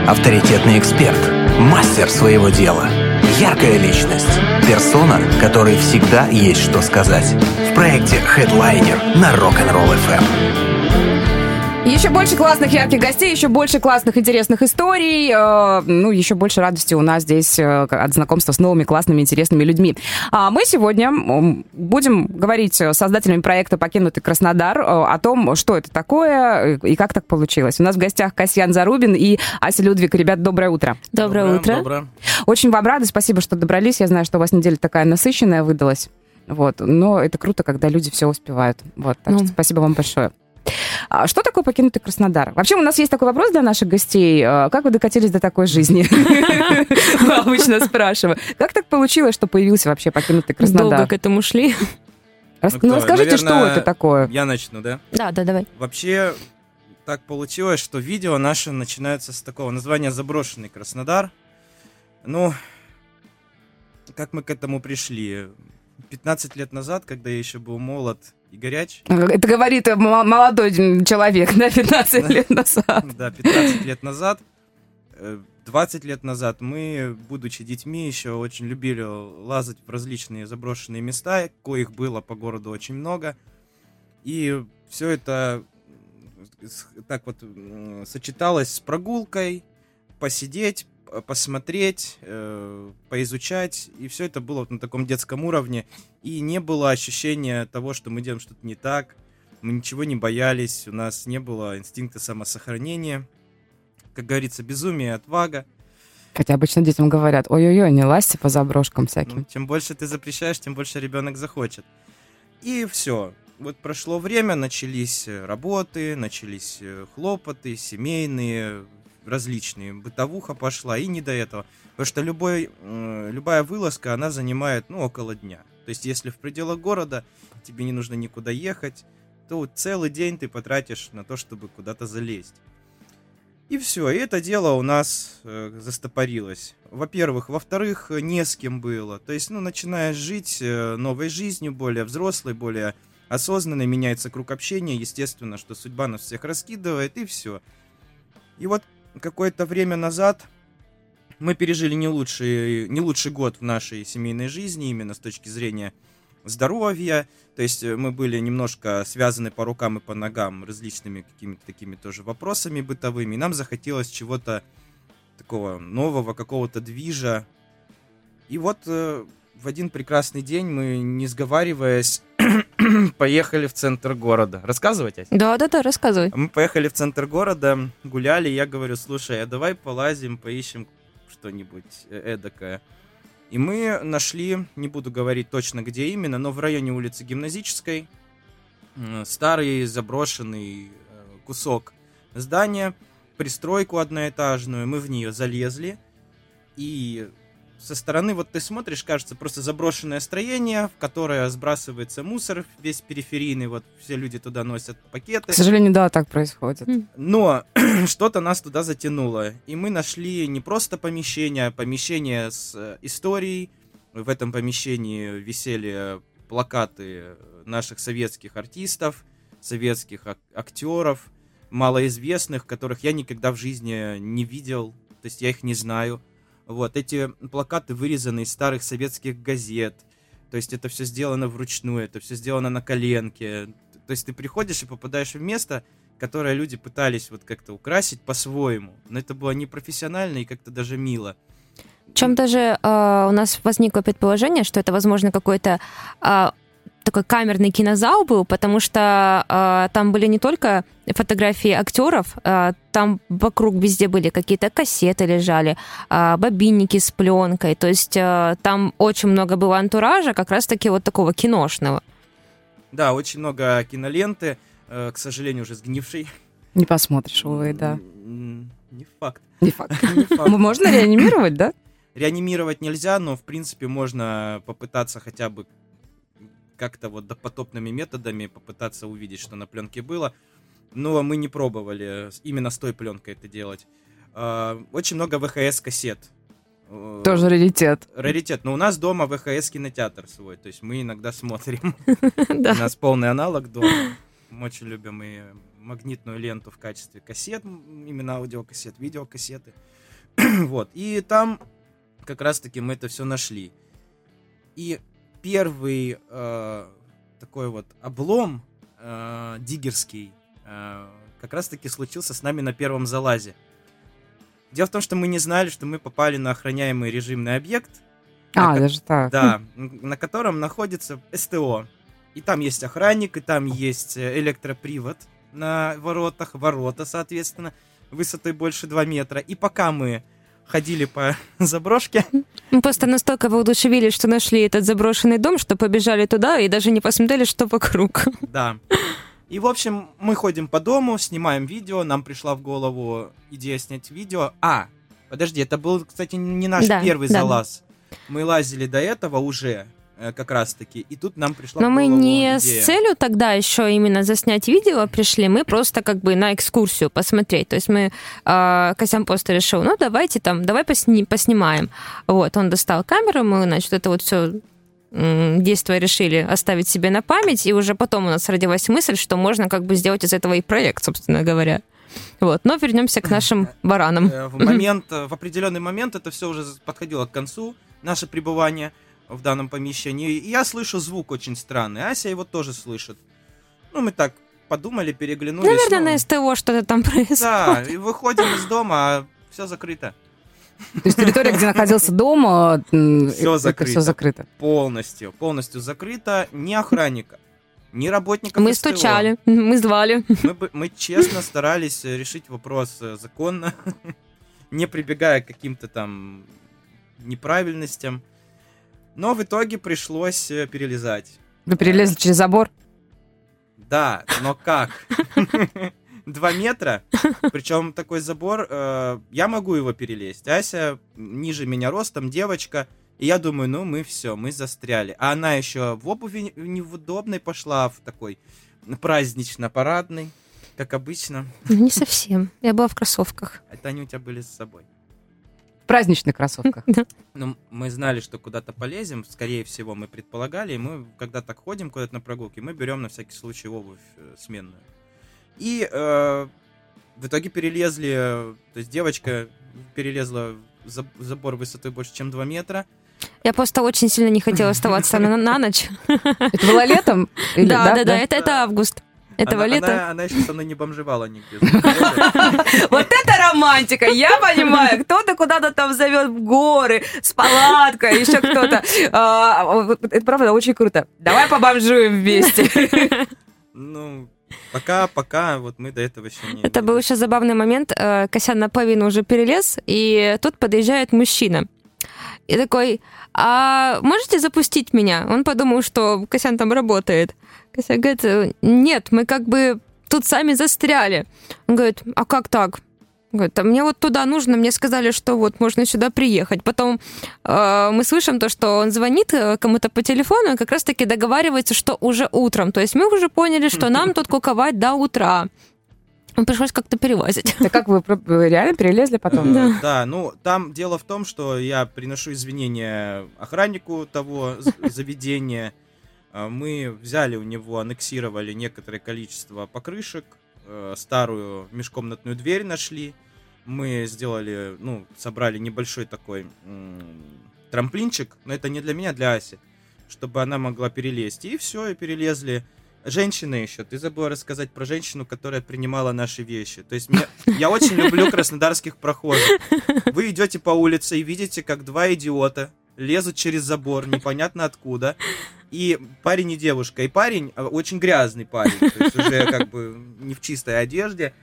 Авторитетный эксперт, мастер своего дела, яркая личность, персона, которой всегда есть что сказать. В проекте Headliner на Rock'n'Roll FM. Еще больше классных, ярких гостей, еще больше классных, интересных историй, еще больше радости у нас здесь от знакомства с новыми классными, интересными людьми. Мы сегодня будем говорить с создателями проекта «Покинутый Краснодар» о том, что это такое и как так получилось. У нас в гостях Касьян Зарубин и Ася Людвиг. Ребят, доброе утро. Доброе утро. Доброе. Очень вам рады, спасибо, что добрались. Я знаю, что у вас неделя такая насыщенная выдалась. Но это круто, когда люди все успевают. Так что спасибо вам большое. Что такое покинутый Краснодар? Вообще, у нас есть такой вопрос для наших гостей. Как вы докатились до такой жизни? Обычно спрашиваю. Как так получилось, что появился вообще покинутый Краснодар? Долго к этому шли. Расскажите, что это такое? Я начну, да? Да, давай. Вообще, так получилось, что видео наше начинается с такого названия «Заброшенный Краснодар». Как мы к этому пришли? 15 лет назад, когда я еще был молод и горяч. Это говорит молодой человек, да, 15 лет назад. Да, 15 лет назад, 20 лет назад мы, будучи детьми, еще очень любили лазать в различные заброшенные места, коих было по городу очень много. И все это так вот сочеталось с прогулкой, посидеть, посмотреть, поизучать, и все это было на таком детском уровне, и не было ощущения того, что мы делаем что-то не так, мы ничего не боялись, у нас не было инстинкта самосохранения, как говорится, безумие и отвага. Хотя обычно детям говорят: ой-ой-ой, не лазьте по заброшкам всяким. Чем больше ты запрещаешь, тем больше ребенок захочет. И все. Вот прошло время, начались работы, начались хлопоты, семейные, различные, бытовуха пошла, и не до этого. Потому что любая вылазка, она занимает, около дня. То есть, если в пределах города тебе не нужно никуда ехать, то целый день ты потратишь на то, чтобы куда-то залезть. И все, и это дело у нас застопорилось. Во-первых. Во-вторых, не с кем было. То есть, начинаешь жить новой жизнью, более взрослой, более осознанной, меняется круг общения, естественно, что судьба нас всех раскидывает, и все. И вот какое-то время назад мы пережили не лучший год в нашей семейной жизни, именно с точки зрения здоровья. То есть мы были немножко связаны по рукам и по ногам различными какими-то такими тоже вопросами бытовыми. И нам захотелось чего-то такого нового, какого-то движа. И вот в один прекрасный день мы, не сговариваясь, поехали в центр города. Рассказывать, Ася? Да, рассказывай. Мы поехали в центр города, гуляли, я говорю: слушай, а давай полазим, поищем что-нибудь эдакое. И мы нашли, не буду говорить точно где именно, но в районе улицы Гимназической, старый заброшенный кусок здания, пристройку одноэтажную, мы в нее залезли, и со стороны вот ты смотришь, кажется, просто заброшенное строение, в которое сбрасывается мусор весь периферийный, вот все люди туда носят пакеты. К сожалению, да, так происходит. Но что-то нас туда затянуло, и мы нашли не просто помещение, а помещение с историей. В этом помещении висели плакаты наших советских артистов, советских актеров, малоизвестных, которых я никогда в жизни не видел, то есть я их не знаю. Вот, эти плакаты вырезаны из старых советских газет, то есть это все сделано вручную, это все сделано на коленке. То есть ты приходишь и попадаешь в место, которое люди пытались вот как-то украсить по-своему, но это было непрофессионально и как-то даже мило. Причем даже у нас возникло предположение, что это, возможно, какой-то такой камерный кинозал был, потому что там были не только фотографии актеров, там вокруг везде были какие-то кассеты лежали, бобинники с пленкой, то есть там очень много было антуража, как раз-таки вот такого киношного. Да, очень много киноленты, к сожалению, уже сгнившей. Не посмотришь, увы, да. Не факт. Не факт. Можно реанимировать, да? Реанимировать нельзя, но, в принципе, можно попытаться хотя бы как-то вот допотопными методами попытаться увидеть, что на пленке было. Но мы не пробовали именно с той пленкой это делать. Очень много ВХС-кассет. Тоже раритет. Раритет. Но у нас дома ВХС-кинотеатр свой. То есть мы иногда смотрим. У нас полный аналог дома. Мы очень любим и магнитную ленту в качестве кассет, именно аудиокассет, видеокассеты. Вот. И там как раз-таки мы это все нашли. И первый такой вот облом диггерский как раз-таки случился с нами на первом залазе. Дело в том, что мы не знали, что мы попали на охраняемый режимный объект. Даже так. Да, на котором находится СТО. И там есть охранник, и там есть электропривод на воротах, ворота, соответственно, высотой больше 2 метра. И пока мы ходили по заброшке... Мы просто настолько воодушевились, что нашли этот заброшенный дом, что побежали туда и даже не посмотрели, что вокруг. Да. И, в общем, мы ходим по дому, снимаем видео, нам пришла в голову идея снять видео. Подожди, это был, кстати, не наш первый залаз. Мы лазили до этого уже, как раз-таки, и тут нам пришла в голову идея. Но мы не идея. с целью тогда еще именно заснять видео пришли, мы просто как бы на экскурсию посмотреть. То есть мы, Косян просто решил, давай поснимаем. Вот, он достал камеру, мы, значит, это вот все действия решили оставить себе на память, и уже потом у нас родилась мысль, что можно как бы сделать из этого и проект, собственно говоря. Вот, но вернемся к нашим баранам. В определенный момент это все уже подходило к концу, наше пребывание в данном помещении. И я слышу звук очень странный, Ася его тоже слышит. Мы так подумали, переглянулись. Наверное, на СТО что-то там происходит. Да, и выходим из дома, а все закрыто. То есть территория, где находился дом, все закрыто. Полностью закрыто. Ни охранника, ни работников Мы СТО. стучали, мы звали. Мы честно старались решить вопрос законно, не прибегая к каким-то там неправильностям. Но в итоге пришлось перелезать. Вы перелезли через забор? Да, но как? 2 метра, причем такой забор, я могу его перелезть. Ася ниже меня ростом, девочка, и я думаю, мы все, мы застряли. А она еще в обуви неудобной пошла, в такой празднично-парадный, как обычно. Не совсем, я была в кроссовках. Это они у тебя были с собой. В праздничных кроссовках. Мы знали, что куда-то полезем, скорее всего, мы предполагали, и мы, когда так ходим куда-то на прогулки, мы берем на всякий случай обувь сменную. И в итоге перелезли, то есть девочка перелезла забор высотой больше, чем 2 метра. Я просто очень сильно не хотела оставаться на ночь. Это было летом? Да, это август. Этого лета. Она еще со мной не бомжевала нигде. Вот это романтика, я понимаю. Кто-то куда-то там зовет в горы, с палаткой, еще кто-то. Это правда очень круто. Давай побомжуем вместе. Пока вот мы до этого еще не... Это был еще забавный момент. Косян наполовину уже перелез, и тут подъезжает мужчина. И такой, можете запустить меня? Он подумал, что Косян там работает. Косян говорит, нет, мы как бы тут сами застряли. Он говорит, а как так? Он говорит, мне вот туда нужно, мне сказали, что вот можно сюда приехать. Потом мы слышим то, что он звонит кому-то по телефону и как раз-таки договаривается, что уже утром. То есть мы уже поняли, что нам тут куковать до утра. Пришлось как-то перелазить. Да как вы реально перелезли потом? Да, там дело в том, что я приношу извинения охраннику того заведения. Мы взяли у него, аннексировали некоторое количество покрышек, старую межкомнатную дверь нашли. Мы сделали, собрали небольшой такой трамплинчик, но это не для меня, для Аси, чтобы она могла перелезть. И все, и перелезли. Женщина еще. Ты забыла рассказать про женщину, которая принимала наши вещи. То есть я очень люблю краснодарских прохожих. Вы идете по улице и видите, как 2 идиота лезут через забор, непонятно откуда. И парень и девушка. И парень, очень грязный парень, то есть уже как бы не в чистой одежде,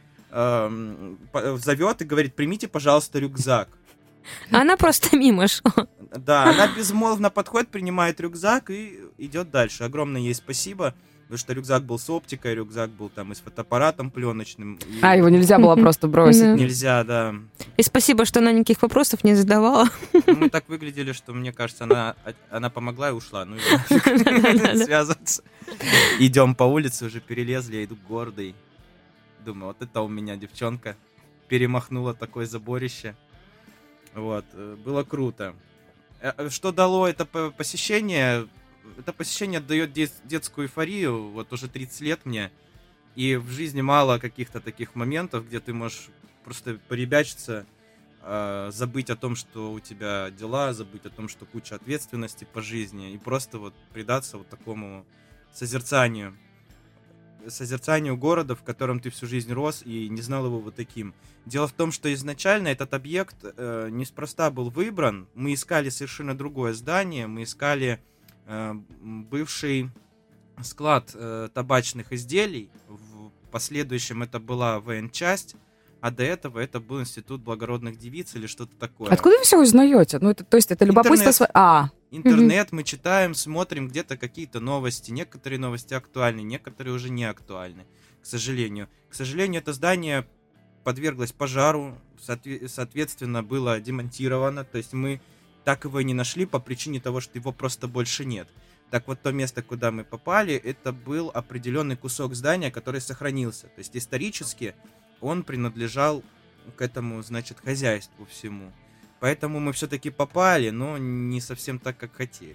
зовет и говорит, примите, пожалуйста, рюкзак. Она просто мимо шла. Да, она безмолвно подходит, принимает рюкзак и идет дальше. Огромное ей спасибо. Потому что рюкзак был с оптикой, рюкзак был там и с фотоаппаратом пленочным. Его нельзя было просто бросить. Нельзя, да. И спасибо, что она никаких вопросов не задавала. Мы так выглядели, что, мне кажется, она помогла и ушла. Связываться. Идем по улице, уже перелезли, я иду гордый. Думаю, вот это у меня девчонка перемахнула такое заборище. Вот, было круто. Что дало это посещение? Это посещение дает детскую эйфорию, вот уже 30 лет мне. И в жизни мало каких-то таких моментов, где ты можешь просто поребячиться, забыть о том, что у тебя дела, забыть о том, что куча ответственности по жизни, и просто вот предаться вот такому созерцанию города, в котором ты всю жизнь рос и не знал его вот таким. Дело в том, что изначально этот объект неспроста был выбран. Мы искали совершенно другое здание, мы искали бывший склад табачных изделий. В последующем это была военчасть, а до этого это был Институт благородных девиц или что-то такое. Откуда вы все узнаете? Ну, то есть это любопытство... Интернет мы читаем, смотрим где-то какие-то новости. Некоторые новости актуальны, некоторые уже не актуальны, к сожалению. К сожалению, это здание подверглось пожару, соответственно, было демонтировано. То есть мы так его и не нашли по причине того, что его просто больше нет. Так вот, то место, куда мы попали, это был определенный кусок здания, который сохранился. То есть исторически он принадлежал к этому, значит, хозяйству всему. Поэтому мы все-таки попали, но не совсем так, как хотели.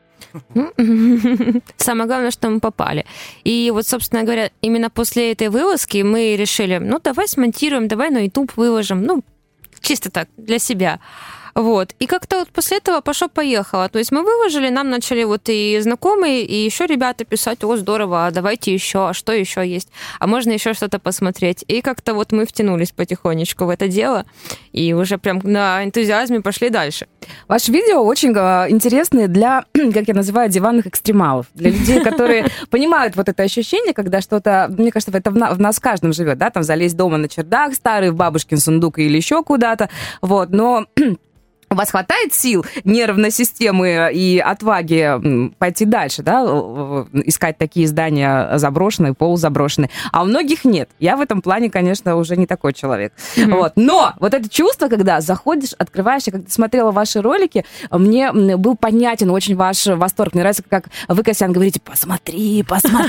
Самое главное, что мы попали. И вот, собственно говоря, именно после этой вылазки мы решили, ну, давай смонтируем, давай на YouTube выложим, ну, чисто так, для себя. Вот. И как-то вот после этого пошло-поехало. То есть мы выложили, нам начали вот и знакомые, и еще ребята писать: о, здорово, а давайте еще, а что еще есть? А можно еще что-то посмотреть? И как-то вот мы втянулись потихонечку в это дело, и уже прям на энтузиазме пошли дальше. Ваши видео очень интересные для, как я называю, диванных экстремалов. Для людей, которые понимают вот это ощущение, когда что-то, мне кажется, это в нас каждом живет, да, там залезть дома на чердак старый, в бабушкин сундук или еще куда-то, вот, но... У вас хватает сил, нервной системы и отваги пойти дальше, да, искать такие здания заброшенные, полузаброшенные, а у многих нет. Я в этом плане, конечно, уже не такой человек. Вот. Но вот это чувство, когда заходишь, открываешь, я когда смотрела ваши ролики, мне был понятен очень ваш восторг. Мне нравится, как вы, Касьян, говорите: посмотри,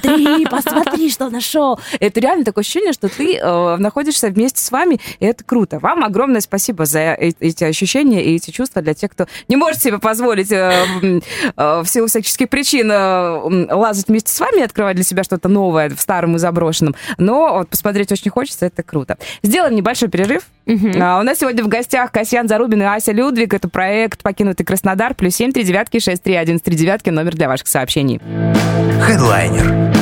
что нашел. Это реально такое ощущение, что ты находишься вместе с вами, и это круто. Вам огромное спасибо за эти ощущения и эти чувства для тех, кто не может себе позволить в силу всяческих причин лазать вместе с вами и открывать для себя что-то новое в старом и заброшенном. Но вот посмотреть очень хочется, это круто. Сделаем небольшой перерыв. У нас сегодня в гостях Касьян Зарубин и Ася Людвиг. Это проект «Покинутый Краснодар». +7 39 631 39, номер для ваших сообщений. Headliner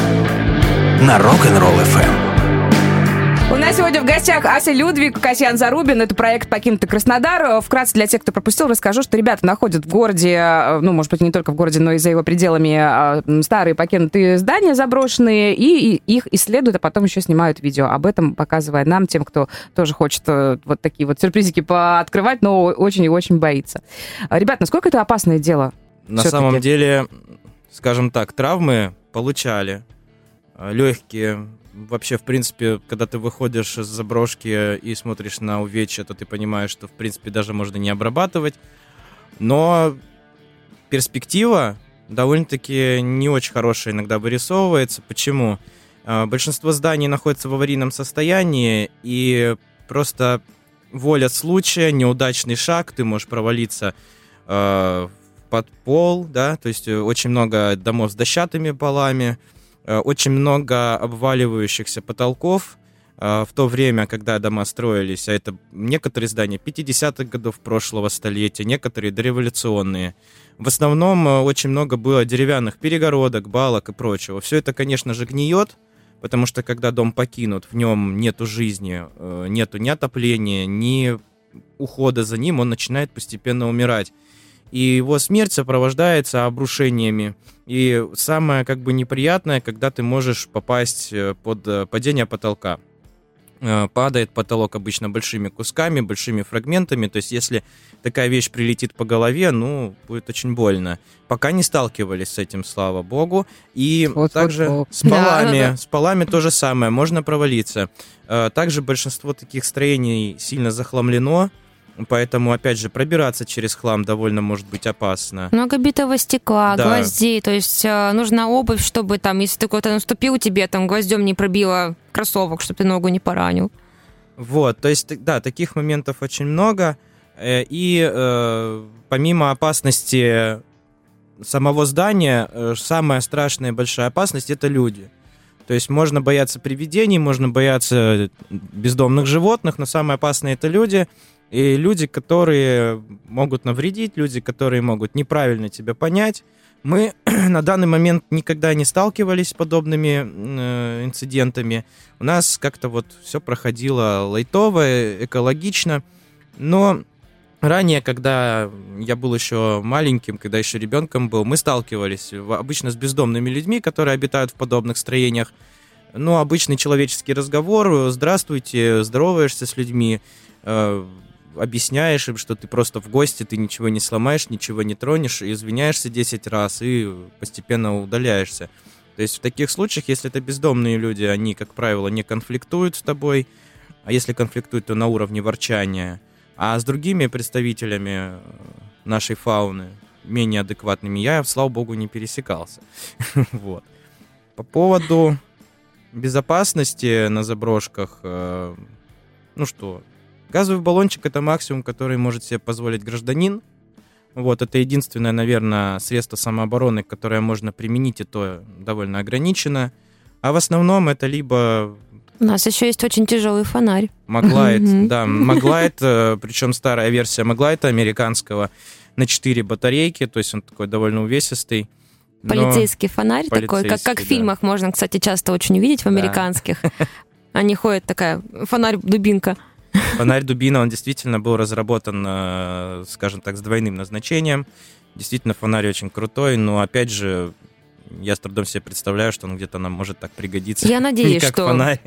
на Rock'n'Roll FM. У нас сегодня в гостях Ася Людвиг, Касьян Зарубин. Это проект «Покинутый Краснодар». Вкратце для тех, кто пропустил, расскажу, что ребята находят в городе, ну, может быть, не только в городе, но и за его пределами старые покинутые здания заброшенные, и их исследуют, а потом еще снимают видео. Об этом показывая нам, тем, кто тоже хочет вот такие вот сюрпризики пооткрывать, но очень и очень боится. Ребят, насколько это опасное дело? На самом деле, скажем так, травмы получали. Легкие. Вообще, в принципе, когда ты выходишь из заброшки и смотришь на увечья, то ты понимаешь, что, в принципе, даже можно не обрабатывать. Но перспектива довольно-таки не очень хорошая иногда вырисовывается. Почему? Большинство зданий находится в аварийном состоянии, и просто воля случая, неудачный шаг, ты можешь провалиться под пол, да, то есть очень много домов с дощатыми полами, очень много обваливающихся потолков в то время, когда дома строились, а это некоторые здания 50-х годов прошлого столетия, некоторые дореволюционные. В основном очень много было деревянных перегородок, балок и прочего. Все это, конечно же, гниет, потому что когда дом покинут, в нем нету жизни, нету ни отопления, ни ухода за ним, он начинает постепенно умирать. И его смерть сопровождается обрушениями. И самое как бы неприятное, когда ты можешь попасть под падение потолка. Падает потолок обычно большими кусками, большими фрагментами. То есть если такая вещь прилетит по голове, ну, будет очень больно. Пока не сталкивались с этим, слава богу. И также с полами. С полами то же самое, можно провалиться. Также большинство таких строений сильно захламлено. Поэтому, опять же, пробираться через хлам довольно может быть опасно. Много битого стекла, гвоздей. То есть нужна обувь, чтобы там, если ты куда-то наступил, тебе там гвоздем не пробило кроссовок, чтобы ты ногу не поранил. Вот, то есть, да, таких моментов очень много. И помимо опасности самого здания, самая страшная и большая опасность — это люди. То есть можно бояться привидений, можно бояться бездомных животных, но самое опасное — это люди. И люди, которые могут навредить, люди, которые могут неправильно тебя понять. Мы на данный момент никогда не сталкивались с подобными инцидентами. У нас как-то вот все проходило лайтово, экологично. Но ранее, когда я был еще маленьким, когда еще ребенком был, мы сталкивались обычно с бездомными людьми, которые обитают в подобных строениях. Ну, обычный человеческий разговор. Здравствуйте, здороваешься с людьми, объясняешь им, что ты просто в гости, ты ничего не сломаешь, ничего не тронешь, извиняешься 10 раз и постепенно удаляешься. То есть в таких случаях, если это бездомные люди, они, как правило, не конфликтуют с тобой, а если конфликтуют, то на уровне ворчания. А с другими представителями нашей фауны, менее адекватными, я, слава богу, не пересекался. Вот. По поводу безопасности на заброшках, ну что... Газовый баллончик — это максимум, который может себе позволить гражданин. Вот, это единственное, наверное, средство самообороны, которое можно применить, и то довольно ограничено. А в основном это либо... У нас еще есть очень тяжелый фонарь. Маглайт, да, Маглайт, причем старая версия Маглайта американского, на 4 батарейки, то есть он такой довольно увесистый. Полицейский фонарь такой, как в фильмах можно, кстати, часто очень увидеть в американских. Они ходят такая, фонарь-дубинка. Фонарь-дубина, он действительно был разработан, скажем так, с двойным назначением. Действительно, фонарь очень крутой, но, опять же, я с трудом себе представляю, что он где-то нам может так пригодиться. Я надеюсь, как что... фонарь.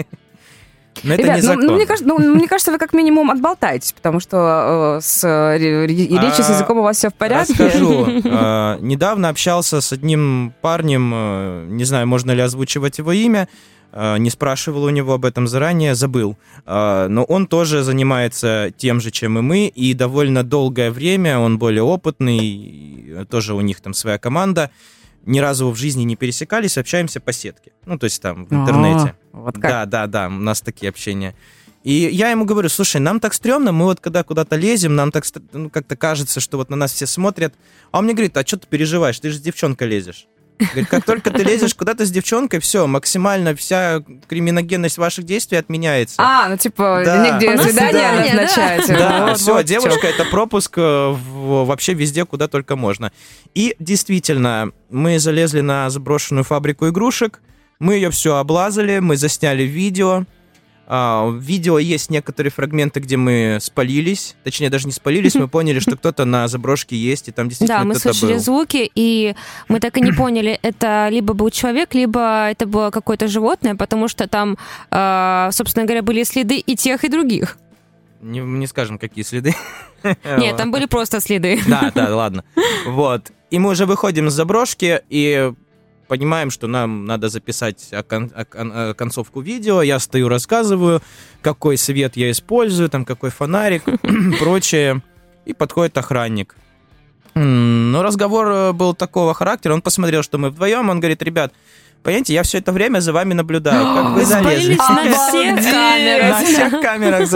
Но это Ребят, не закон. мне кажется, вы как минимум отболтаетесь, потому что с речью, с языком у вас все в порядке. Расскажу. Недавно общался с одним парнем, не знаю, можно ли озвучивать его имя, не спрашивал у него об этом заранее, забыл. Но он тоже занимается тем же, чем и мы, и довольно долгое время, он более опытный, тоже у них там своя команда, ни разу в жизни не пересекались, общаемся по сетке. Ну, то есть там в интернете. Вот как? Да, у нас такие общения. И я ему говорю, слушай, нам так стрёмно, мы вот когда куда-то лезем, нам так как-то кажется, что вот на нас все смотрят. А он мне говорит, а что ты переживаешь, ты же с девчонкой лезешь. Говорит, как только ты лезешь куда-то с девчонкой, все, максимально вся криминогенность ваших действий отменяется. Ну типа, нигде свидание назначать. Да, все, девушка — это пропуск вообще везде, куда только можно. И действительно, мы залезли на заброшенную фабрику игрушек, мы ее все облазали, мы засняли видео. В видео есть некоторые фрагменты, где мы спалились. Точнее, даже не спалились, мы поняли, что кто-то на заброшке есть, и там действительно кто-то был. Да, мы слышали звуки, и мы так и не поняли, это либо был человек, либо это было какое-то животное, потому что там, собственно говоря, были следы и тех, и других. Не скажем, какие следы. Нет, там были просто следы. Да, ладно. Вот. И мы уже выходим из заброшки, и... понимаем, что нам надо записать концовку видео, я стою, рассказываю, какой свет я использую, там какой фонарик, прочее, и подходит охранник. Но разговор был такого характера, он посмотрел, что мы вдвоем, он говорит, ребят, понимаете, я все это время за вами наблюдаю, как вы залезли. На всех камерах.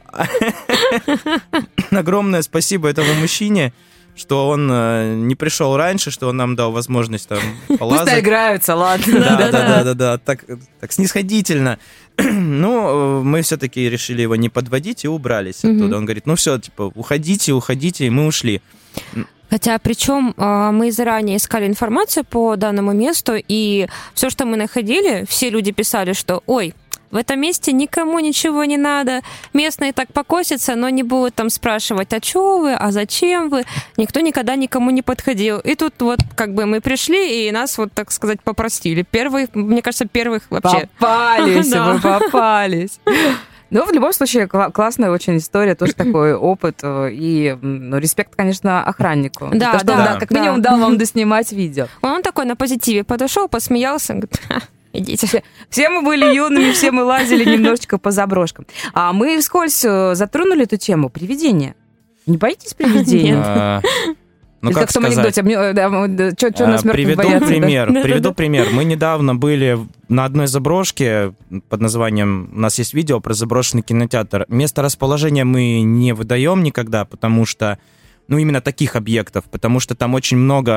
Огромное спасибо этому мужчине, что он не пришел раньше, что он нам дал возможность там полазать. Пусть играются, ладно. Да, так снисходительно. Ну, мы все-таки решили его не подводить и убрались оттуда. Он говорит, ну все, типа, уходите, и мы ушли. Хотя, причем, мы заранее искали информацию по данному месту, и все, что мы находили, все люди писали, что, ой, в этом месте никому ничего не надо, местные так покосятся, но не будут там спрашивать, а что вы, а зачем вы, никто никогда никому не подходил. И тут вот как бы мы пришли, и нас вот, так сказать, попростили. Мне кажется, первых вообще. Вы попались. Ну, в любом случае, классная очень история, тоже такой опыт, и респект, конечно, охраннику. Да, что как минимум дал вам доснимать видео. Он такой на позитиве подошел, посмеялся, говорит, идите. Все мы были юными, все мы лазили немножечко по заброшкам. А мы вскользь затронули эту тему привидения. Не боитесь привидений? Ну, как в том анекдоте, что нас мертвых боятся? Приведу пример. Мы недавно были на одной заброшке под названием, у нас есть видео про заброшенный кинотеатр. Место расположения мы не выдаем никогда, потому что, именно таких объектов, потому что там очень много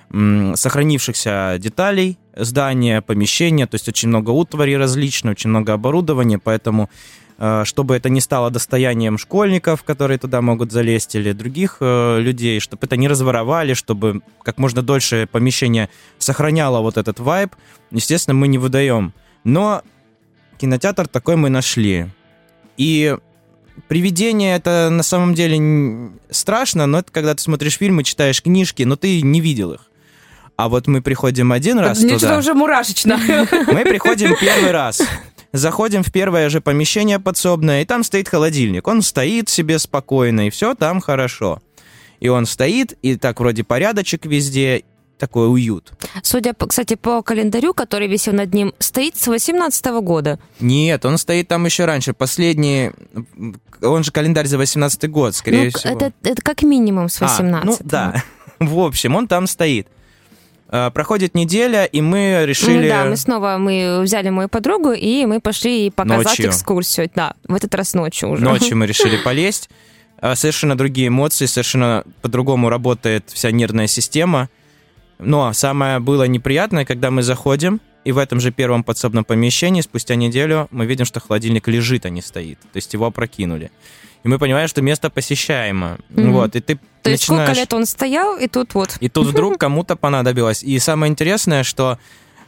сохранившихся деталей здания, помещения, то есть очень много утвари различной, очень много оборудования, поэтому чтобы это не стало достоянием школьников, которые туда могут залезть, или других людей, чтобы это не разворовали, чтобы как можно дольше помещение сохраняло вот этот вайб, естественно, мы не выдаем. Но кинотеатр такой мы нашли. И привидение — это на самом деле страшно, но это когда ты смотришь фильмы, читаешь книжки, но ты не видел их. А вот мы приходим один раз туда. Ничего уже мурашечно. Мы приходим первый раз. Заходим в первое же помещение подсобное, и там стоит холодильник. Он стоит себе спокойно, и все там хорошо. И он стоит, и так вроде порядочек везде, такой уют. Судя, кстати, по календарю, который висел над ним, стоит с 18-го года. Нет, он стоит там еще раньше. Последний, он же календарь за 18-й год, скорее всего. Это как минимум с 18-го. Ну да, в общем, он там стоит. Проходит неделя, и мы решили... Мы взяли мою подругу, и мы пошли показать ночью. Экскурсию. Да, в этот раз ночью уже. Ночью мы решили полезть. Совершенно другие эмоции, совершенно по-другому работает вся нервная система. Но самое было неприятное, когда мы заходим, и в этом же первом подсобном помещении спустя неделю мы видим, что холодильник лежит, а не стоит. То есть его опрокинули. И мы понимаем, что место посещаемо. Вот, и ты То есть начинаешь... сколько лет он стоял, и тут вот... И тут вдруг кому-то понадобилось. И самое интересное, что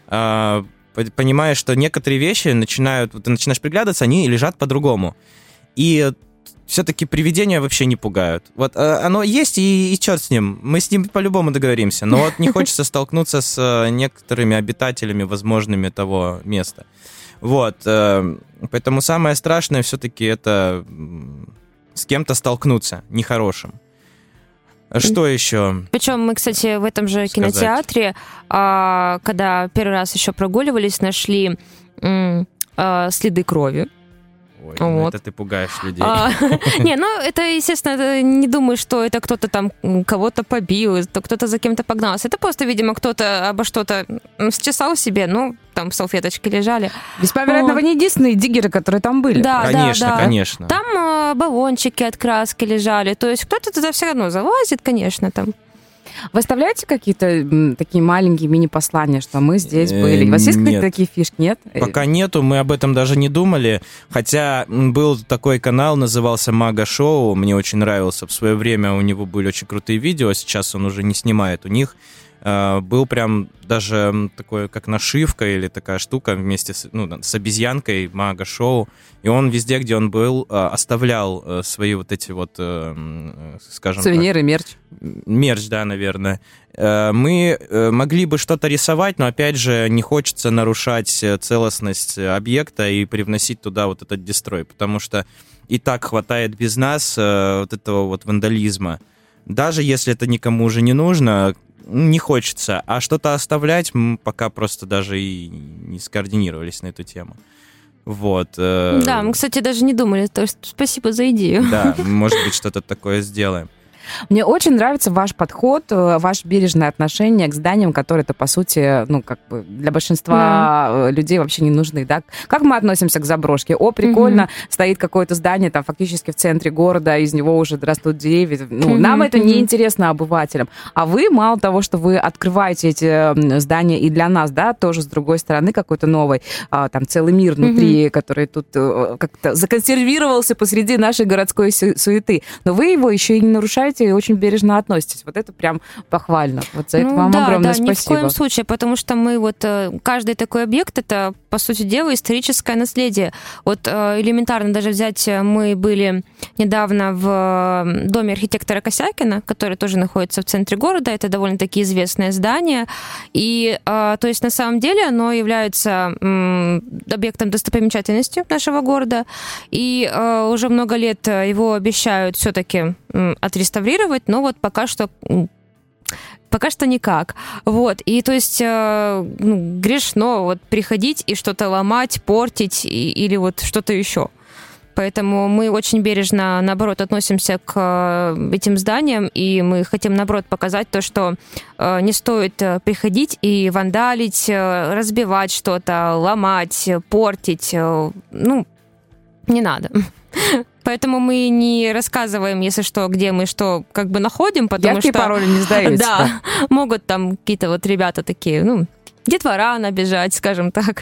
понимаешь, что некоторые вещи ты начинаешь приглядываться, они лежат по-другому. И все-таки привидения вообще не пугают. Вот оно есть, и черт с ним. Мы с ним по-любому договоримся. Но вот не хочется столкнуться с некоторыми обитателями возможными того места. Вот. Поэтому самое страшное все-таки это с кем-то столкнуться нехорошим. Что еще? Причем мы, кстати, в этом же кинотеатре, когда первый раз еще прогуливались, нашли следы крови. Ой, вот. Это ты пугаешь людей. Не, ну это, естественно, не думаю, что это кто-то там кого-то побил, кто-то за кем-то погнался. Это просто, видимо, кто-то обо что-то счесал себе, ну, там салфеточки лежали. Весьма вероятно, вы не единственные диггеры, которые там были. Да, конечно, конечно. Там баллончики от краски лежали, то есть кто-то туда все равно залазит, конечно, там. Вы оставляете какие-то такие маленькие мини-послания, что мы здесь были? У вас есть какие-то такие фишки? Нет? Пока нету, мы об этом даже не думали. Хотя был такой канал, назывался Мага Шоу. Мне очень нравился. В свое время у него были очень крутые видео, сейчас он уже не снимает. У них был прям даже такой, как нашивка или такая штука вместе с обезьянкой Мага Шоу. И он везде, где он был, оставлял свои вот эти вот, скажем сувениры, так, мерч. Мерч, да, наверное. Мы могли бы что-то рисовать, но, опять же, не хочется нарушать целостность объекта и привносить туда вот этот дестрой, потому что и так хватает без нас вот этого вот вандализма. Даже если это никому уже не нужно, не хочется. А что-то оставлять мы пока просто даже и не скоординировались на эту тему. Вот. Да, мы, кстати, даже не думали, то есть спасибо за идею. Да, может быть, что-то такое сделаем. Мне очень нравится ваш подход, ваше бережное отношение к зданиям, которые-то, по сути, ну, как бы для большинства людей вообще не нужны, да? Как мы относимся к заброшке? О, прикольно, стоит какое-то здание там фактически в центре города, из него уже растут деревья. Ну, нам это не интересно, обывателям. А вы, мало того, что вы открываете эти здания и для нас, да, тоже с другой стороны какой-то новый, там, целый мир внутри, который тут как-то законсервировался посреди нашей городской суеты. Но вы его еще и не нарушаете, и очень бережно относитесь. Вот это прям похвально. Вот за это вам огромное спасибо. Да, ни в коем случае, потому что мы вот, каждый такой объект, это, по сути дела, историческое наследие. Вот элементарно даже взять, мы были недавно в доме архитектора Косякина, который тоже находится в центре города, это довольно-таки известное здание, и, то есть, на самом деле, оно является объектом достопримечательности нашего города, и уже много лет его обещают все-таки отреставрировать, но вот пока что никак. Вот. И то есть грешно вот приходить и что-то ломать, портить или вот что-то еще. Поэтому мы очень бережно, наоборот, относимся к этим зданиям, и мы хотим, наоборот, показать то, что не стоит приходить и вандалить, разбивать что-то, ломать, портить. Ну, не надо. Поэтому мы не рассказываем, если что, где мы что как бы находим, потому Яркие что... пароли не сдаете. Да, могут там какие-то вот ребята такие, детвора набежать, скажем так.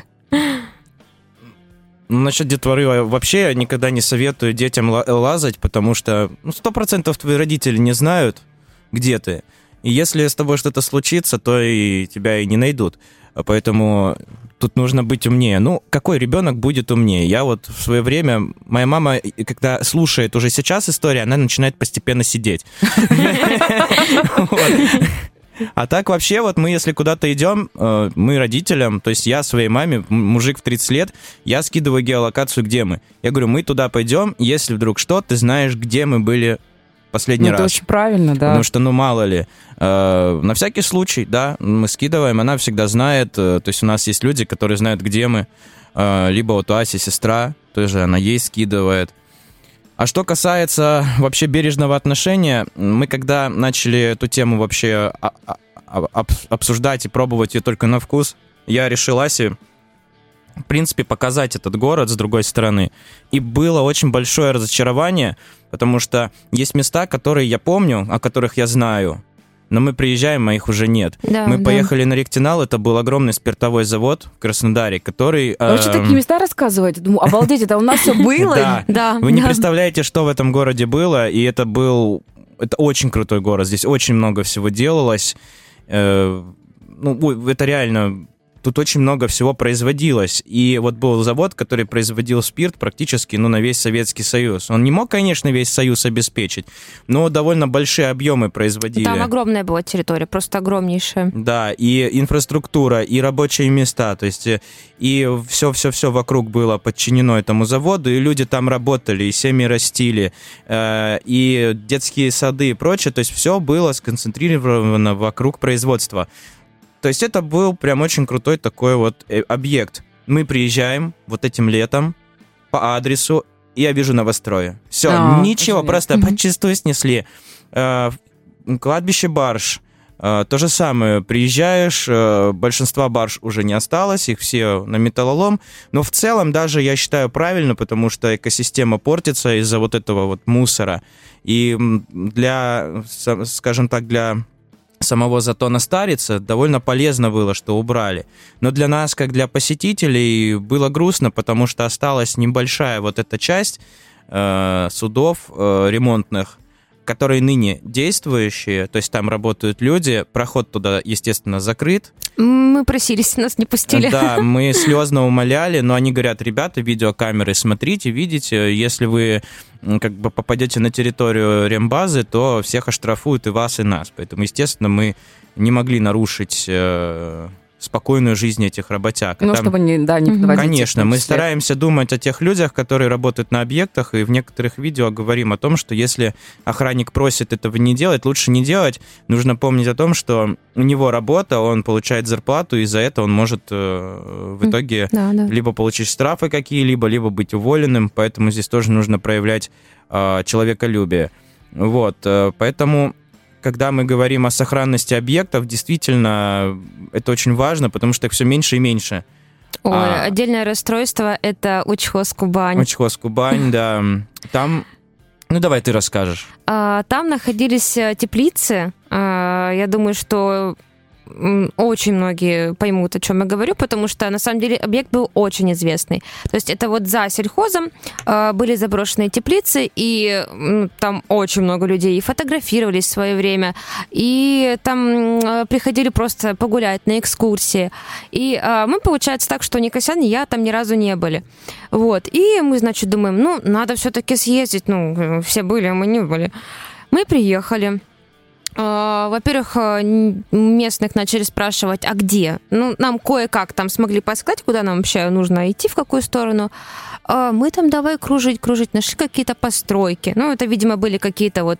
Насчет детворы вообще я никогда не советую детям лазать, потому что 100% твои родители не знают, где ты. И если с тобой что-то случится, то и тебя и не найдут. Поэтому тут нужно быть умнее. Какой ребенок будет умнее? Я вот в свое время, моя мама, когда слушает уже сейчас историю, она начинает постепенно сидеть. А так вообще, вот мы если куда-то идем, мы родителям, то есть я своей маме, мужик в 30 лет, я скидываю геолокацию, где мы. Я говорю, мы туда пойдем, если вдруг что, ты знаешь, где мы были последний раз. Это очень правильно, да. Потому что, мало ли. На всякий случай, да, мы скидываем, она всегда знает, то есть у нас есть люди, которые знают, где мы, либо вот у Аси сестра, тоже она ей скидывает. А что касается вообще бережного отношения, мы когда начали эту тему вообще обсуждать и пробовать ее только на вкус, я решил Асе, в принципе, показать этот город с другой стороны. И было очень большое разочарование, потому что есть места, которые я помню, о которых я знаю, но мы приезжаем, а их уже нет. Да, мы поехали на Ректинал, это был огромный спиртовой завод в Краснодаре, который... Вообще такие места рассказываете? Думаю, обалдеть, это у нас все было? Да. Вы не представляете, что в этом городе было, и это очень крутой город, здесь очень много всего делалось. Это реально... Тут очень много всего производилось. И вот был завод, который производил спирт практически на весь Советский Союз. Он не мог, конечно, весь Союз обеспечить, но довольно большие объемы производили. Там огромная была территория, просто огромнейшая. Да, и инфраструктура, и рабочие места, то есть и все вокруг было подчинено этому заводу, и люди там работали, и семьи растили, и детские сады и прочее, то есть все было сконцентрировано вокруг производства. То есть это был прям очень крутой такой вот объект. Мы приезжаем вот этим летом по адресу, и я вижу новостройы. Все, ничего, просто подчистую снесли. Кладбище барж. То же самое. Приезжаешь, большинства барж уже не осталось, их все на металлолом. Но в целом даже я считаю правильно, потому что экосистема портится из-за вот этого вот мусора. И для, скажем так, для... самого затона Старица довольно полезно было, что убрали. Но для нас, как для посетителей, было грустно, потому что осталась небольшая вот эта часть судов ремонтных, которые ныне действующие, то есть там работают люди, проход туда, естественно, закрыт. Мы просились, нас не пустили. Да, мы слезно умоляли, но они говорят, ребята, видеокамеры смотрите, видите, если вы как бы попадете на территорию рембазы, то всех оштрафуют и вас, и нас. Поэтому, естественно, мы не могли нарушить спокойную жизнь этих работяг. Чтобы не подводить. Конечно, мы стараемся думать о тех людях, которые работают на объектах, и в некоторых видео говорим о том, что если охранник просит этого не делать, лучше не делать. Нужно помнить о том, что у него работа, он получает зарплату, и за это он может в итоге либо получить штрафы какие-либо, либо быть уволенным, поэтому здесь тоже нужно проявлять человеколюбие. Вот, поэтому... Когда мы говорим о сохранности объектов, действительно, это очень важно, потому что их все меньше и меньше. Ой, отдельное расстройство — это Учхоз Кубань. Учхоз Кубань, да. Там... давай ты расскажешь. Там находились теплицы. Я думаю, что очень многие поймут, о чем я говорю, потому что, на самом деле, объект был очень известный. То есть это вот за сельхозом были заброшенные теплицы, и там очень много людей и фотографировались в свое время, и там приходили просто погулять на экскурсии. И мы, получается, так, что ни Косян, ни я там ни разу не были. Вот. И мы, значит, думаем, надо все-таки съездить. Все были, а мы не были. Мы приехали. Во-первых, местных начали спрашивать, а где? Нам кое-как там смогли подсказать, куда нам вообще нужно идти, в какую сторону. Мы там давай кружить. Нашли какие-то постройки. Это, видимо, были какие-то вот...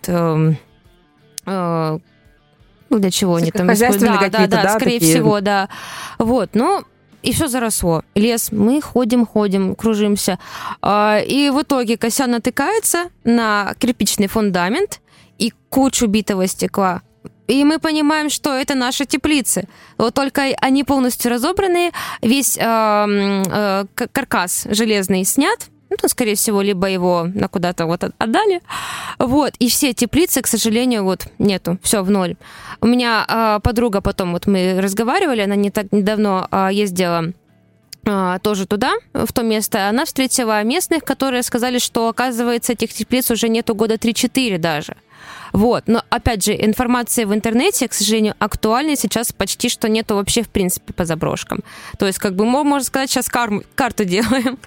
для чего они там... Хозяйственные какие-то, да? Скорее всего, да. Вот, и все заросло. Лес. Мы ходим, кружимся. И в итоге Косян натыкается на кирпичный фундамент и кучу битого стекла. И мы понимаем, что это наши теплицы. Вот только они полностью разобранные, весь каркас железный снят, Ну, скорее всего, либо его куда-то вот отдали. Вот. И все теплицы, к сожалению, вот нету. Все в ноль. У меня подруга потом, вот мы разговаривали, она не так недавно ездила тоже туда, в то место. Она встретила местных, которые сказали, что, оказывается, этих теплиц уже нету года 3-4 даже. Вот. Но, опять же, информации в интернете, к сожалению, актуальной сейчас почти что нету вообще, в принципе, по заброшкам. То есть, как бы, можно сказать, сейчас карту делаем.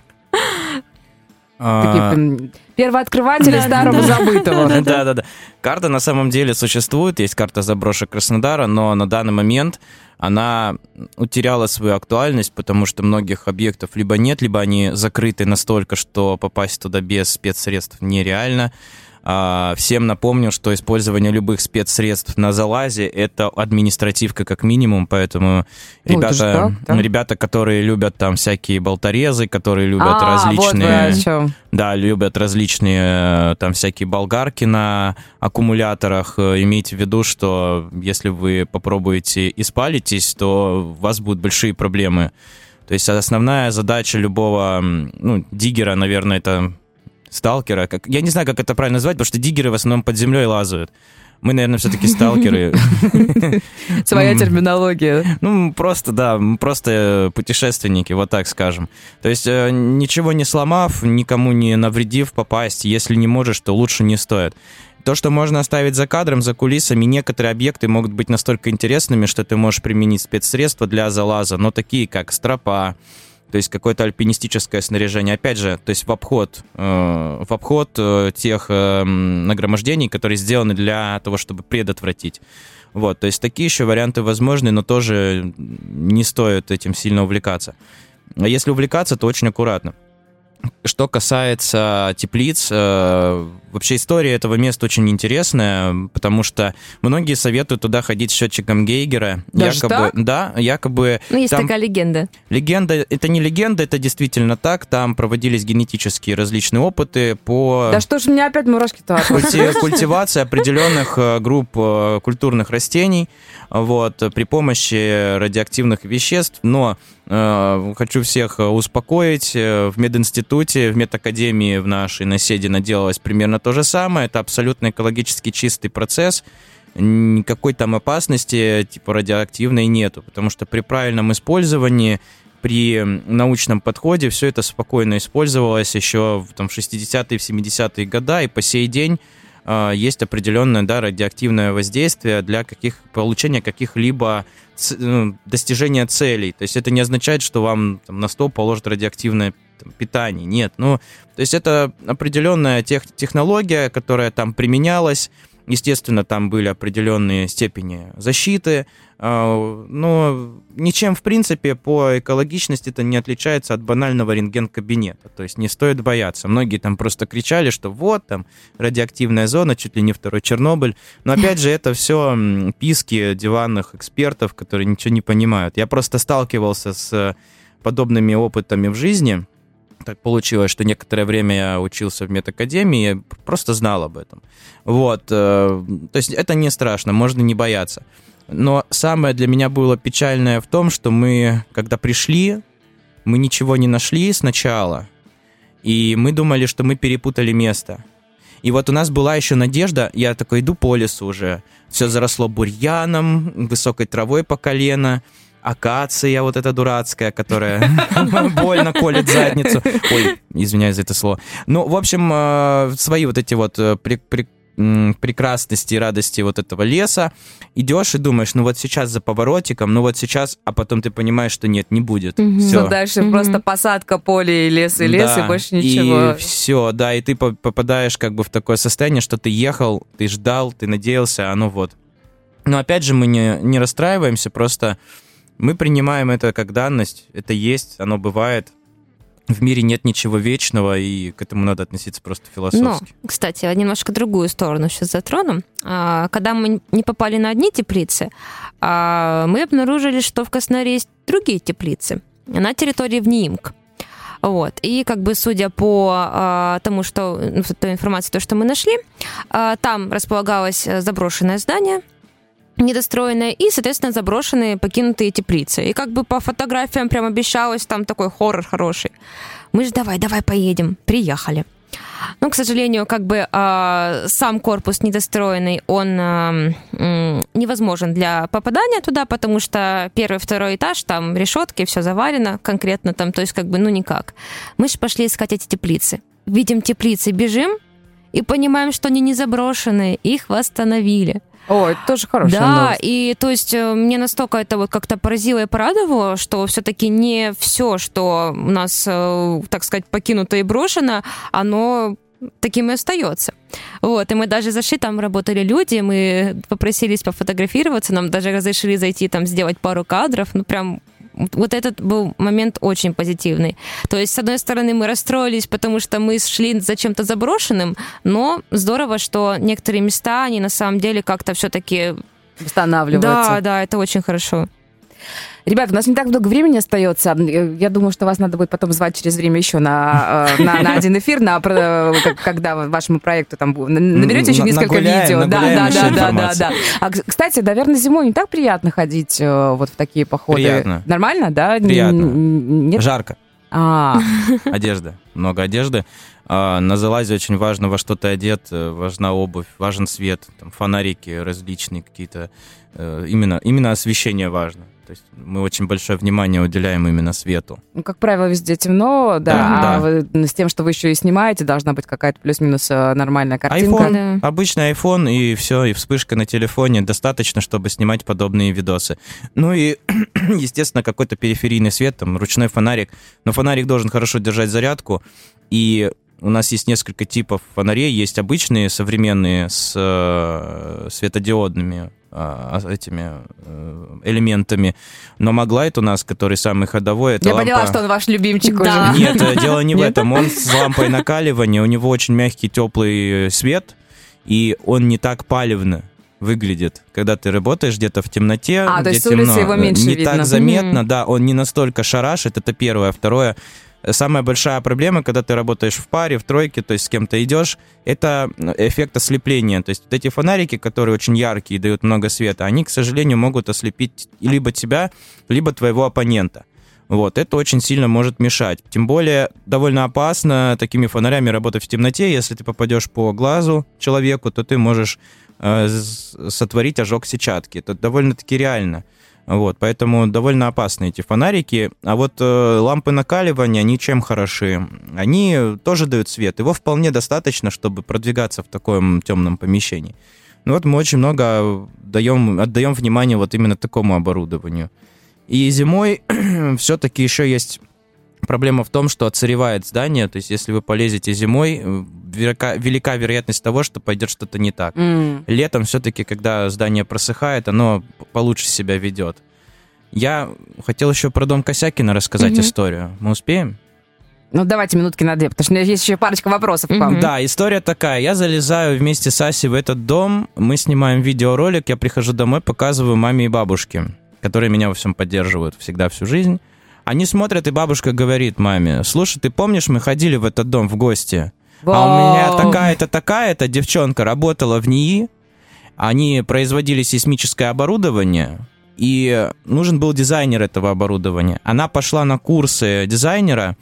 Такие первооткрыватели старого забытого. Да. Карта на самом деле существует, есть карта заброшек Краснодара, но на данный момент она утеряла свою актуальность, потому что многих объектов либо нет, либо они закрыты настолько, что попасть туда без спецсредств нереально. Всем напомню, что использование любых спецсредств на залазе — это административка как минимум, поэтому ребята, которые любят там всякие болторезы, которые любят различные... Да, любят различные там всякие болгарки на аккумуляторах. Имейте в виду, что если вы попробуете и спалитесь, то у вас будут большие проблемы. То есть основная задача любого диггера, наверное, это... сталкера. Я не знаю, как это правильно назвать, потому что диггеры в основном под землей лазают. Мы, наверное, все-таки сталкеры. Своя терминология. Просто путешественники, вот так скажем. То есть ничего не сломав, никому не навредив попасть, если не можешь, то лучше не стоит. То, что можно оставить за кадром, за кулисами, некоторые объекты могут быть настолько интересными, что ты можешь применить спецсредства для залаза, но такие как стропа, то есть какое-то альпинистическое снаряжение. Опять же, то есть в обход тех нагромождений, которые сделаны для того, чтобы предотвратить. Вот, то есть такие еще варианты возможны, но тоже не стоит этим сильно увлекаться. А если увлекаться, то очень аккуратно. Что касается теплиц, вообще история этого места очень интересная, потому что многие советуют туда ходить с счетчиком Гейгера. Даже так? Да, якобы... Ну, есть такая легенда. Легенда, это не легенда, это действительно так. Там проводились генетические различные опыты по... Да что ж, у меня опять мурашки-то культивации определенных групп культурных растений, вот, при помощи радиоактивных веществ, но хочу всех успокоить, в мединституте, в медакадемии в нашей на Седино делалось примерно то же самое, это абсолютно экологически чистый процесс, никакой там опасности типа радиоактивной нету, потому что при правильном использовании, при научном подходе все это спокойно использовалось еще в 60-е, в 70-е годы, и по сей день есть определенное радиоактивное воздействие для получения каких-либо достижения целей. То есть это не означает, что вам на стол положат радиоактивное питание. Нет. То есть это определенная технология, которая там применялась. Естественно, там были определенные степени защиты, но ничем, в принципе, по экологичности это не отличается от банального рентген-кабинета. То есть не стоит бояться. Многие там просто кричали, что вот там радиоактивная зона, чуть ли не второй Чернобыль. Но опять же, это все писки диванных экспертов, которые ничего не понимают. Я просто сталкивался с подобными опытами в жизни. Так получилось, что некоторое время я учился в медакадемии, и просто знал об этом. Вот, то есть это не страшно, можно не бояться. Но самое для меня было печальное в том, что мы, когда пришли, мы ничего не нашли сначала, и мы думали, что мы перепутали место. И вот у нас была еще надежда, я такой иду по лесу уже, все заросло бурьяном, высокой травой по колено, акация вот эта дурацкая, которая больно колет задницу. Ой, извиняюсь за это слово. В общем, свои вот эти вот прекрасности и радости вот этого леса. Идешь и думаешь, вот сейчас за поворотиком, вот сейчас, а потом ты понимаешь, что нет, не будет. Все. Дальше просто посадка, поле и лес, и больше ничего. И все, да, и ты попадаешь как бы в такое состояние, что ты ехал, ты ждал, ты надеялся, оно вот. Но опять же мы не расстраиваемся, просто мы принимаем это как данность, это есть, оно бывает. В мире нет ничего вечного, и к этому надо относиться просто философски. Но, кстати, немножко другую сторону сейчас затрону. Когда мы не попали на одни теплицы, мы обнаружили, что в Краснодаре есть другие теплицы на территории ВНИИМК. Вот. И как бы судя по тому, что той информации, что мы нашли, там располагалось заброшенное здание. недостроенная, и, соответственно, заброшенные, покинутые теплицы. И как бы по фотографиям прям обещалось, там такой хоррор хороший. Мы же давай поедем. Приехали. Ну, к сожалению, как бы сам корпус недостроенный, он невозможен для попадания туда, потому что 1-2 этаж, там решетки, все заварено конкретно там, то есть как бы, ну, никак. Мы же пошли искать эти теплицы. Видим теплицы, бежим и понимаем, что они не заброшенные, их восстановили. О, это тоже хорошая новость. новость. И то есть мне настолько это вот как-то поразило и порадовало, что все-таки не все, что у нас, так сказать, покинуто и брошено, оно таким и остается. Вот, и мы даже зашли, там работали люди, мы попросились пофотографироваться, нам даже разрешили зайти, там, сделать пару кадров, ну, прям вот этот был момент очень позитивный. То есть, с одной стороны, мы расстроились, потому что мы шли за чем-то заброшенным, но здорово, что некоторые места, они на самом деле как-то все-таки восстанавливаются. Да, это очень хорошо. Ребята, у нас не так много времени остается. Я думаю, что вас надо будет потом звать через время еще на один эфир, когда вашему проекту там наберете еще несколько видео. Да. А, кстати, наверное, зимой не так приятно ходить вот в такие походы. Приятно. Нормально, да? Приятно. Нет? Жарко. Одежда. Много одежды. На залазе очень важно, во что ты одет, важна обувь, важен свет, там, фонарики различные какие-то. Именно освещение важно. То есть мы очень большое внимание уделяем именно свету. Ну, как правило, везде темно, да. С тем, что вы еще и снимаете, должна быть какая-то плюс-минус нормальная картинка. iPhone, обычный iPhone, и все, и вспышка на телефоне достаточно, чтобы снимать подобные видосы. Ну и, естественно, какой-то периферийный свет, там, ручной фонарик. Но фонарик должен хорошо держать зарядку, и у нас есть несколько типов фонарей. Есть обычные, современные, с светодиодными этими элементами. Но Maglite у нас, который самый ходовой, это лампа... Я поняла, что он ваш любимчик уже. Нет, дело не в этом. Он с лампой накаливания, у него очень мягкий, теплый свет, и он не так палевно выглядит, когда ты работаешь где-то в темноте, то где есть с улицы его меньше не видно. так заметно, да, он не настолько шарашит, это первое. Второе, самая большая проблема, когда ты работаешь в паре, в тройке, то есть с кем-то идешь, это эффект ослепления. То есть вот эти фонарики, которые очень яркие и дают много света, они, к сожалению, могут ослепить либо тебя, либо твоего оппонента. Вот, это очень сильно может мешать. Тем более, довольно опасно такими фонарями работать в темноте. Если ты попадешь по глазу человеку, то ты можешь сотворить ожог сетчатки. Это довольно-таки реально. Вот, поэтому довольно опасны эти фонарики. А вот лампы накаливания, они чем хороши? Они тоже дают свет. Его вполне достаточно, чтобы продвигаться в таком темном помещении. Ну вот мы очень много отдаем внимание вот именно такому оборудованию. И зимой все-таки еще есть проблема в том, что отсыревает здание. То есть если вы полезете зимой, велика вероятность того, что пойдет что-то не так. Летом все-таки, когда здание просыхает, оно получше себя ведет. Я хотел еще про дом Косякина рассказать историю. Мы успеем? Ну, давайте минутки на 2, потому что у меня есть еще парочка вопросов к вам. Да, история такая. Я залезаю вместе с Асей в этот дом, мы снимаем видеоролик, я прихожу домой, показываю маме и бабушке, которые меня во всем поддерживают всегда, всю жизнь. Они смотрят, и бабушка говорит маме: слушай, ты помнишь, мы ходили в этот дом в гости? А у меня такая-то девчонка работала в НИИ, они производили сейсмическое оборудование, и нужен был дизайнер этого оборудования. Она пошла на курсы дизайнера,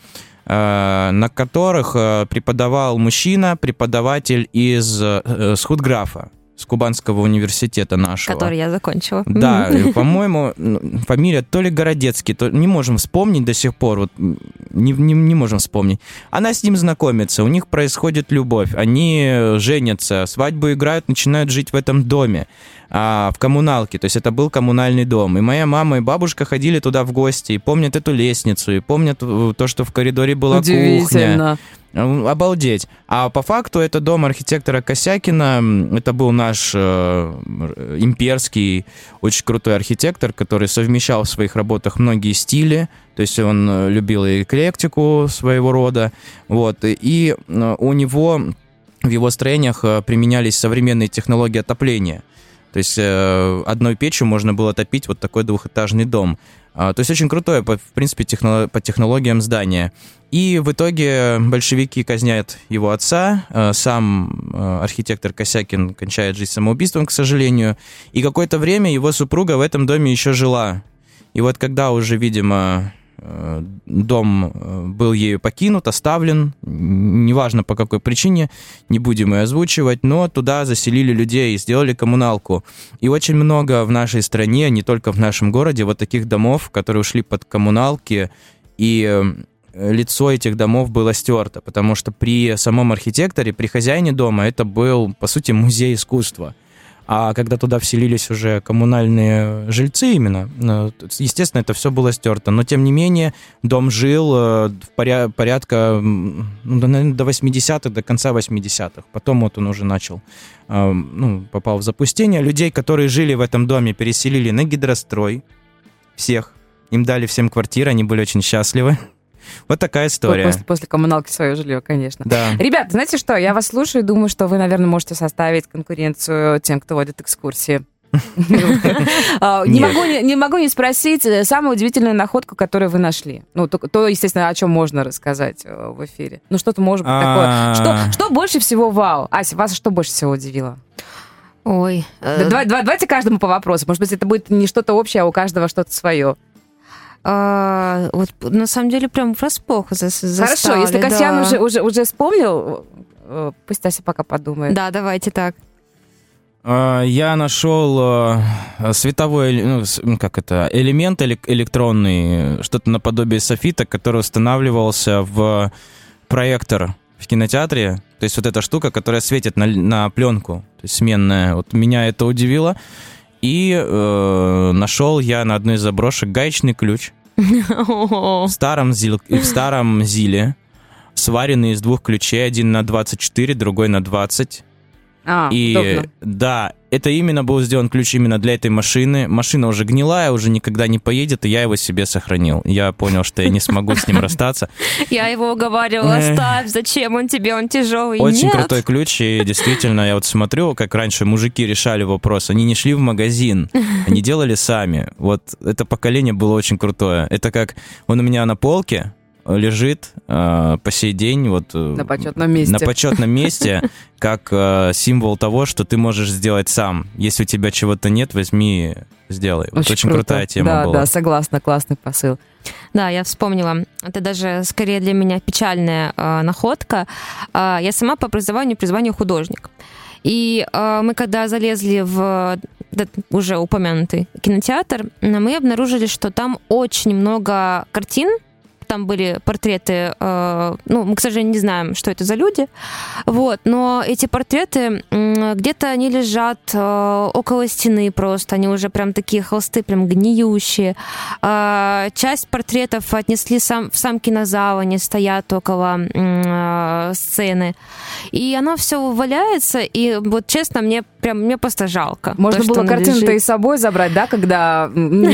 на которых преподавал преподаватель из Схудграфа, с Кубанского университета нашего. Который я закончила. Да, по-моему, фамилия то ли Городецкий, то не можем вспомнить до сих пор, вот не можем вспомнить. Она с ним знакомится, у них происходит любовь, они женятся, свадьбу играют, начинают жить в этом доме, в коммуналке, то есть это был коммунальный дом. И моя мама и бабушка ходили туда в гости, и помнят эту лестницу, и помнят то, что в коридоре была кухня. Обалдеть. А по факту это дом архитектора Косякина. Это был наш имперский, очень крутой архитектор, который совмещал в своих работах многие стили. То есть он любил и эклектику своего рода. Вот. И у него в его строениях применялись современные технологии отопления. То есть одной печью можно было топить вот такой двухэтажный дом. То есть очень крутое, в принципе, по технологиям здание. И в итоге большевики казнят его отца, сам архитектор Косякин кончает жизнь самоубийством, к сожалению, и какое-то время его супруга в этом доме еще жила. И вот когда уже, видимо, дом был ею покинут, оставлен, неважно по какой причине, не будем ее озвучивать, но туда заселили людей и сделали коммуналку. И очень много в нашей стране, не только в нашем городе, вот таких домов, которые ушли под коммуналки, и лицо этих домов было стерто, потому что при самом архитекторе, при хозяине дома это был, по сути, музей искусства. А когда туда вселились уже коммунальные жильцы именно, естественно, это все было стерто. Но, тем не менее, дом жил порядка, наверное, до 80-х, до конца 80-х. Потом вот он уже начал, попал в запустение. Людей, которые жили в этом доме, переселили на гидрострой. Всех. Им дали всем квартиры, они были очень счастливы. Вот такая история. После коммуналки свое жилье, конечно. Да. Ребят, знаете что, я вас слушаю и думаю, что вы, наверное, можете составить конкуренцию тем, кто водит экскурсии. Не могу не спросить самую удивительную находку, которую вы нашли. Ну, то, естественно, о чем можно рассказать в эфире. Ну, что-то может быть такое. Что больше всего вау? Ася, вас что больше всего удивило? Ой. Давайте каждому по вопросу. Может быть, это будет не что-то общее, а у каждого что-то свое. Вот на самом деле прям врасплох застали. Хорошо, если Касьян уже вспомнил, пусть Ася пока подумает. Да, давайте так. Я нашел световой, элемент электронный, что-то наподобие софита, который устанавливался в проектор в кинотеатре. То есть вот эта штука, которая светит на пленку, то есть сменная. Вот меня это удивило. И нашел я на одной из заброшек гаечный ключ в старом Зиле, сваренный из двух ключей, один на 24, другой на 20. И да, это именно был сделан ключ именно для этой машины. Машина уже гнилая, уже никогда не поедет, и я его себе сохранил. Я понял, что я не смогу с ним расстаться. Я его уговаривала, оставь, зачем он тебе, он тяжелый. Очень крутой ключ, и действительно, я вот смотрю, как раньше мужики решали вопрос. Они не шли в магазин, они делали сами. Вот это поколение было очень крутое. Это как он у меня на полке лежит по сей день вот на почетном месте, как символ того, что ты можешь сделать сам. Если у тебя чего-то нет, возьми, сделай. Очень крутая тема была. Да, согласна, классный посыл. Да, я вспомнила. Это даже скорее для меня печальная находка. Я сама по образованию художник. И мы когда залезли в уже упомянутый кинотеатр, мы обнаружили, что там очень много картин. Там были портреты, мы, к сожалению, не знаем, что это за люди, вот, но эти портреты где-то они лежат около стены просто, они уже прям такие холсты, прям гниющие. Часть портретов отнесли в сам кинозал, они стоят около сцены, и оно все валяется, и вот честно, мне просто жалко. Можно было картину-то и с собой забрать, да, когда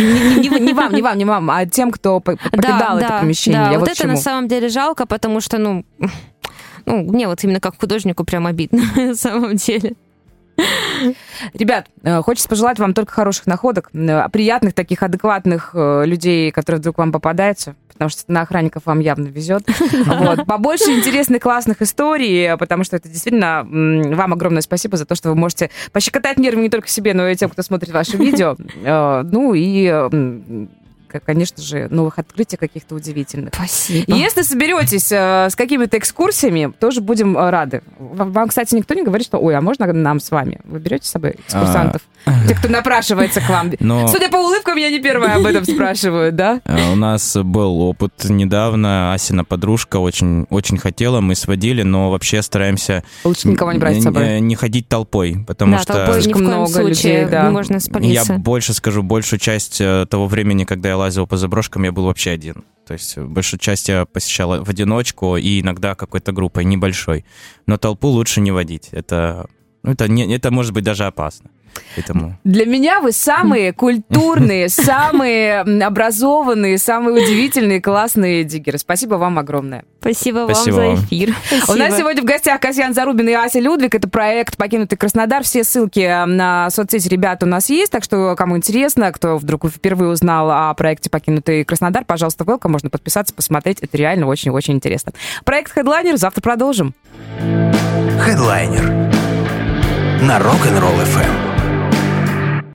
не вам, а тем, кто покидал это помещение. Да, вот это на самом деле жалко, потому что, мне вот именно как художнику прям обидно на самом деле. Ребят, хочется пожелать вам только хороших находок, приятных таких адекватных людей, которые вдруг вам попадаются, потому что на охранников вам явно везет. Вот. Побольше интересных, классных историй, потому что это действительно вам огромное спасибо за то, что вы можете пощекотать нервы не только себе, но и тем, кто смотрит ваши видео. Конечно же, новых открытий каких-то удивительных. Спасибо. Если соберетесь с какими-то экскурсиями, тоже будем рады. Вам, кстати, никто не говорит, что ой, а можно нам с вами? Вы берете с собой экскурсантов? Те, кто напрашивается к вам. Судя по улыбкам, я не первая об этом спрашиваю, да? У нас был опыт недавно. Асина подружка очень, очень хотела, мы сводили, но вообще стараемся... Лучше никого не брать с собой. Не ходить толпой, потому что... Да, толпой ни в коем случае можно спалиться. Я больше скажу, большую часть того времени, когда я лазил по заброшкам, я был вообще один. То есть большую часть я посещал в одиночку и иногда какой-то группой, небольшой. Но толпу лучше не водить. Это может быть даже опасно. Поэтому... Для меня вы самые культурные, самые образованные, самые удивительные, классные диггеры. Спасибо вам огромное. Спасибо вам Спасибо за вам. эфир. У нас сегодня в гостях Касьян Зарубин и Ася Людвиг. Это проект «Покинутый Краснодар». Все ссылки на соцсети ребят у нас есть, так что кому интересно, кто вдруг впервые узнал о проекте «Покинутый Краснодар», пожалуйста, welcome, можно подписаться, посмотреть. Это реально очень-очень интересно. Проект Headliner. Завтра продолжим. Headliner на Rock'n'Roll FM.